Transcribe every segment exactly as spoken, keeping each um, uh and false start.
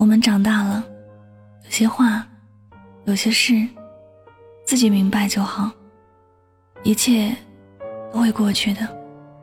们长大了，有些话，有些事，自己明白就好，一切都会过去的。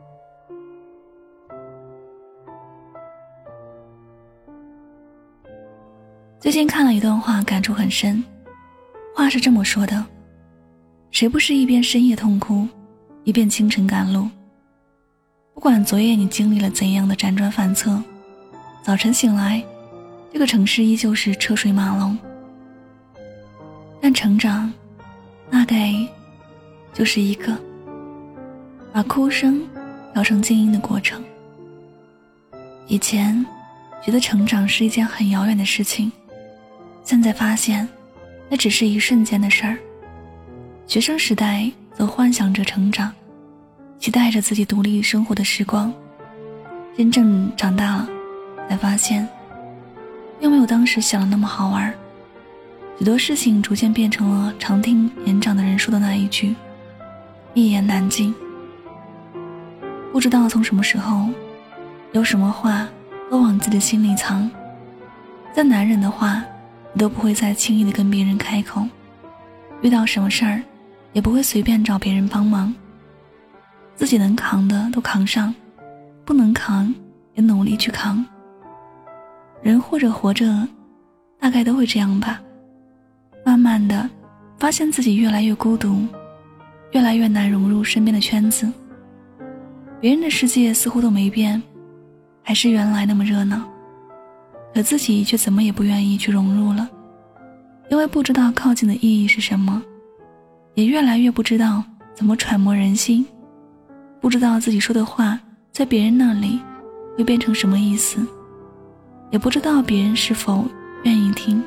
最近看了一段话，感触很深。话是这么说的：谁不是一边深夜痛哭，一边清晨赶路？不管昨夜你经历了怎样的辗转反侧，早晨醒来，这个城市依旧是车水马龙。但成长，大概就是一个把哭声调成静音的过程。以前觉得成长是一件很遥远的事情，现在发现那只是一瞬间的事儿。学生时代则幻想着成长，期待着自己独立生活的时光。真正长大了，才发现并没有当时想的那么好玩。许多事情逐渐变成了常听年长的人说的那一句一言难尽。不知道从什么时候，有什么话都往自己的心里藏。再男人的话，你都不会再轻易的跟别人开口，遇到什么事儿也不会随便找别人帮忙，自己能扛的都扛上，不能扛也努力去扛。人或者活着大概都会这样吧，慢慢的发现自己越来越孤独，越来越难融入身边的圈子。别人的世界似乎都没变，还是原来那么热闹，可自己却怎么也不愿意去融入了，因为不知道靠近的意义是什么，也越来越不知道怎么揣摩人心，不知道自己说的话在别人那里会变成什么意思，也不知道别人是否愿意听。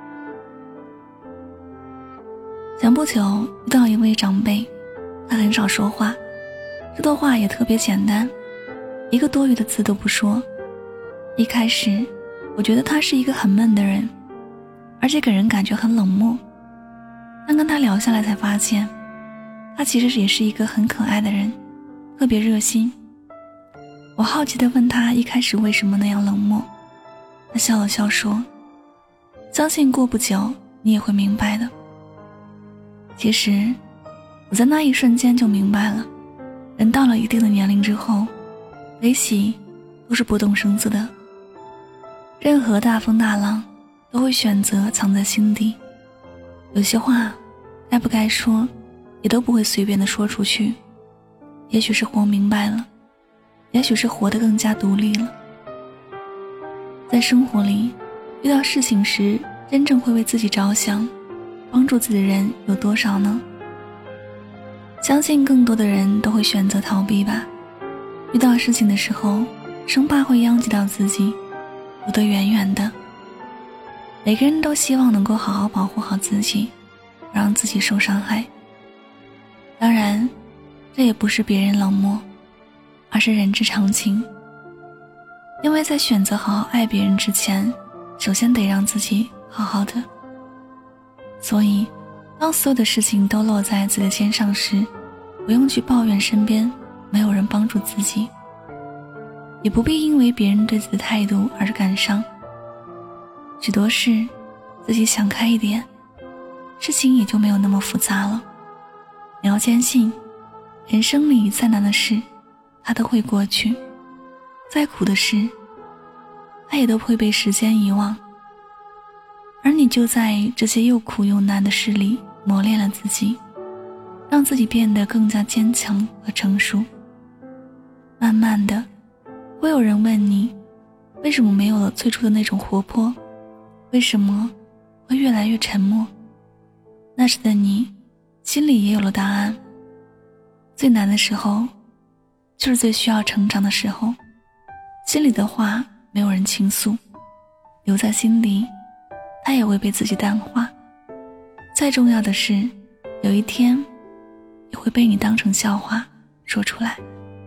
前不久遇到一位长辈，他很少说话，说的话也特别简单，一个多余的字都不说。一开始我觉得他是一个很闷的人，而且给人感觉很冷漠，但跟他聊下来才发现，他其实也是一个很可爱的人，特别热心。我好奇地问他一开始为什么那样冷漠，他笑了笑说，相信过不久你也会明白的。其实我在那一瞬间就明白了，人到了一定的年龄之后，悲喜都是不动声色的，任何大风大浪都会选择藏在心底，有些话该不该说也都不会随便的说出去。也许是活明白了，也许是活得更加独立了。在生活里遇到事情时，真正会为自己着想帮助自己的人有多少呢？相信更多的人都会选择逃避吧。遇到事情的时候，生怕会殃及到自己，躲得远远的。每个人都希望能够好好保护好自己，不让自己受伤害。当然这也不是别人冷漠，而是人之常情。因为在选择好好爱别人之前，首先得让自己好好的。所以当所有的事情都落在自己的肩上时，不用去抱怨身边没有人帮助自己，也不必因为别人对自己的态度而感伤。许多事自己想开一点，事情也就没有那么复杂了。你要坚信，人生里再难的事它都会过去，再苦的事它也都会被时间遗忘，而你就在这些又苦又难的事里磨练了自己，让自己变得更加坚强和成熟。慢慢的会有人问你，为什么没有了最初的那种活泼，为什么会越来越沉默？那时的你心里也有了答案。最难的时候就是最需要成长的时候，心里的话没有人倾诉，留在心里它也会被自己淡化。再重要的是，有一天也会被你当成笑话说出来。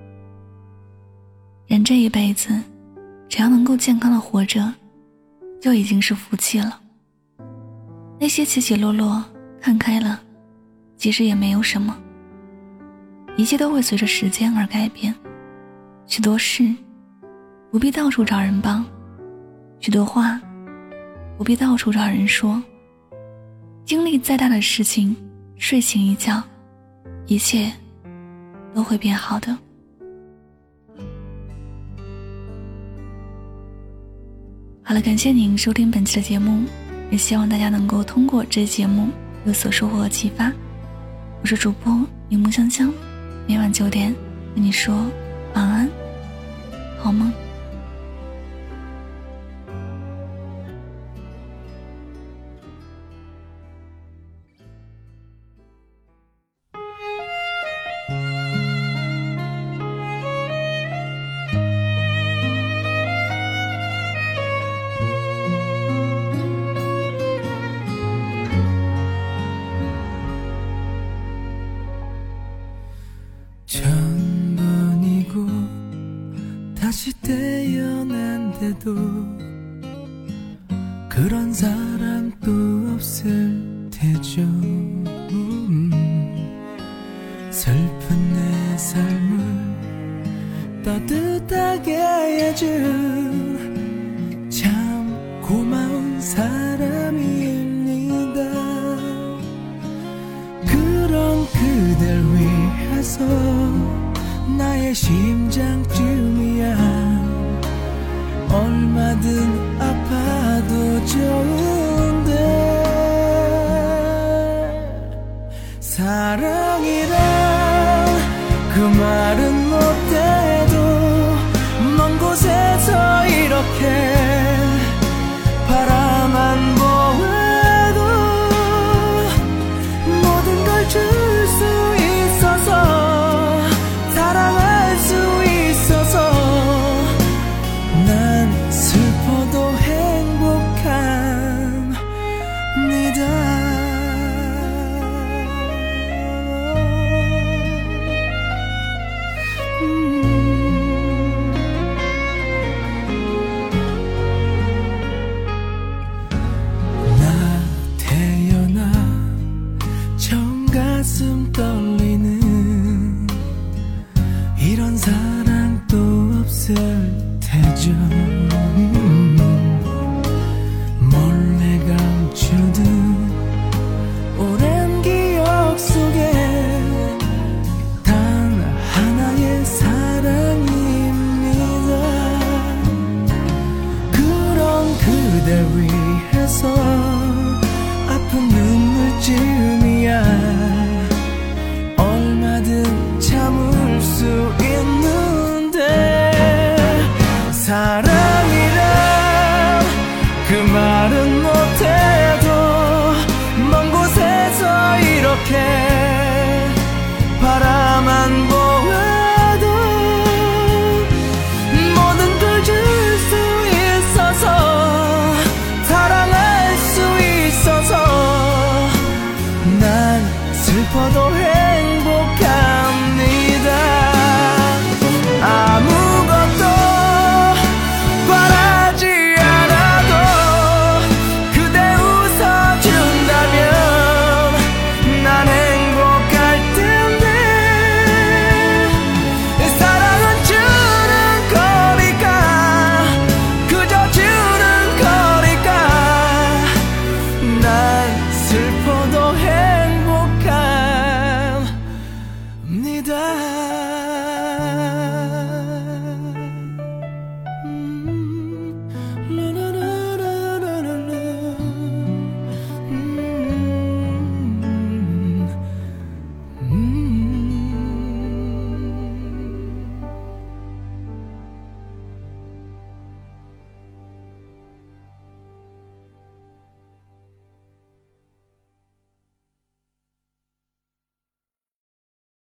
人这一辈子只要能够健康的活着，就已经是福气了。那些起起落落看开了，其实也没有什么，一切都会随着时间而改变。许多事不必到处找人帮，许多话不必到处找人说。经历再大的事情，睡醒一觉，一切都会变好的。好了，感谢您收听本期的节目，也希望大家能够通过这期节目有所收获和启发。我是主播柠檬香香，每晚九点跟你说晚安，好梦。 천번이고 다시 태어난데도 그런 사람 또 없을 테죠. 음, 슬픈 내 삶을 따뜻하게 해준 참 고마운 사람입니다. 그런 그댈 위해서 나의 심장쯤이야 얼마든 아파도 좋은데 사랑이란 그 말은 못해도 먼 곳에서 이렇게 바라만 보아도 모든 걸 줄 수 있어서 사랑할 수 있어서 난 슬퍼도 행복합니다. 음. 나 태어나 처음 가슴 떨리는 이런 사랑 또 없을 테죠. 음, 몰래 감추던 오랜 기억 속에 단 하나의 사랑입니다. 그런 그댈 위해서 아픈 눈물쯤이야 얼마든 참을 수 있는데 사랑이란 그 말은 못해도 먼 곳에서 이렇게 바라만 보아도 모든 걸 줄 수 있어서 사랑할 수 있어서 난 슬퍼도 행복합니다. 아무것도 바라지 않아도 그대 웃어준다면 난 행복할 텐데 사랑은 주는 거니까 그저 주는 거니까 난 슬퍼도 행복합니다.